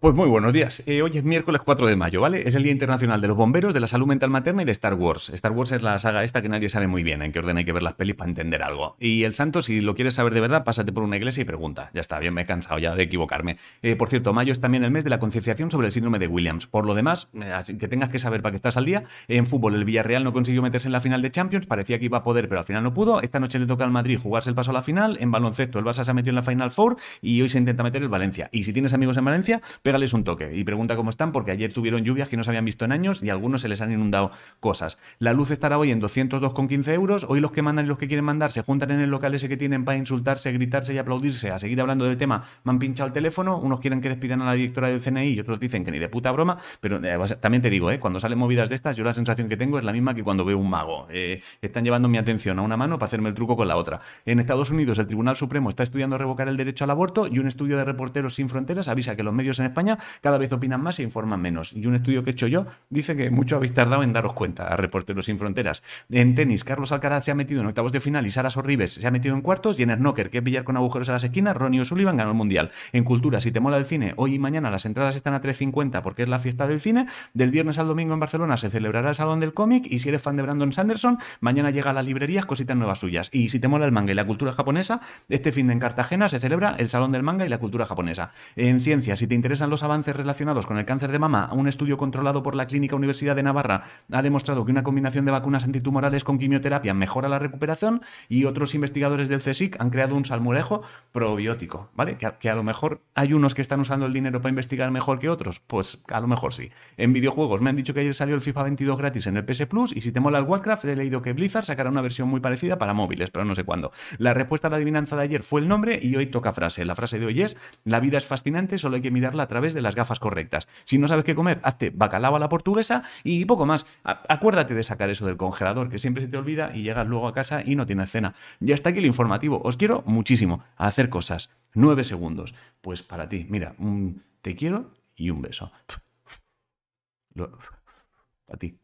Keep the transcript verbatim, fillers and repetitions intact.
Pues muy buenos días. Eh, hoy es miércoles cuatro de mayo, ¿vale? Es el Día Internacional de los Bomberos, de la Salud Mental Materna y de Star Wars. Star Wars es la saga esta que nadie sabe muy bien en qué orden hay que ver las pelis para entender algo. Y el santo, si lo quieres saber de verdad, pásate por una iglesia y pregunta. Ya está, bien, me he cansado ya de equivocarme. Eh, por cierto, mayo es también el mes de la concienciación sobre el síndrome de Williams. Por lo demás, eh, así que tengas que saber para que estás al día. En fútbol, el Villarreal no consiguió meterse en la final de Champions, parecía que iba a poder, pero al final no pudo. Esta noche le toca al Madrid jugarse el paso a la final. En baloncesto, el Barça se ha metido en la Final Four y hoy se intenta meter el Valencia. Y si tienes amigos en Valencia, pégales un toque y pregunta cómo están, porque ayer tuvieron lluvias que no se habían visto en años y a algunos se les han inundado cosas. La luz estará hoy en doscientos dos con quince euros. Hoy los que mandan y los que quieren mandar se juntan en el local ese que tienen para insultarse, gritarse y aplaudirse, a seguir hablando del tema. Me han pinchado el teléfono, unos quieren que despidan a la directora del C N I y otros dicen que ni de puta broma, pero eh, también te digo, eh, cuando salen movidas de estas, yo la sensación que tengo es la misma que cuando veo un mago. Eh, están llevando mi atención a una mano para hacerme el truco con la otra. En Estados Unidos, el Tribunal Supremo está estudiando revocar el derecho al aborto y un estudio de Reporteros Sin Fronteras avisa que los medios en España cada vez opinan más e informan menos. Y un estudio que he hecho yo dice que mucho habéis tardado en daros cuenta, a Reporteros Sin Fronteras. En tenis, Carlos Alcaraz se ha metido en octavos de final y Sara Sorribes se ha metido en cuartos. Y en snooker, que es billar con agujeros a las esquinas, Ronnie O'Sullivan ganó el mundial. En cultura, si te mola el cine, hoy y mañana las entradas están a tres cincuenta porque es la fiesta del cine. Del viernes al domingo en Barcelona se celebrará el Salón del Cómic. Y si eres fan de Brandon Sanderson, mañana llega a las librerías cositas nuevas suyas. Y si te mola el manga y la cultura japonesa, este fin de en Cartagena se celebra el Salón del Manga y la cultura japonesa. En ciencia, si te interesan los avances relacionados con el cáncer de mama, un estudio controlado por la Clínica Universidad de Navarra ha demostrado que una combinación de vacunas antitumorales con quimioterapia mejora la recuperación. Y otros investigadores del CSIC han creado un salmorejo probiótico, ¿vale? Que a, que a lo mejor hay unos que están usando el dinero para investigar mejor que otros, pues a lo mejor sí. En videojuegos me han dicho que ayer salió el FIFA veintidós gratis en el P S Plus, y si te mola el Warcraft he leído que Blizzard sacará una versión muy parecida para móviles, pero no sé cuándo. La respuesta a la adivinanza de ayer fue el nombre y hoy toca frase. La frase de hoy es: la vida es fascinante, solo hay que mirarla a través de las gafas correctas. Si no sabes qué comer, hazte bacalao a la portuguesa y poco más. A- acuérdate de sacar eso del congelador, que siempre se te olvida y llegas luego a casa y no tienes cena. Ya está aquí el informativo. Os quiero muchísimo a hacer cosas. Nueve segundos. Pues para ti, mira, un te quiero y un beso. Lo- a ti.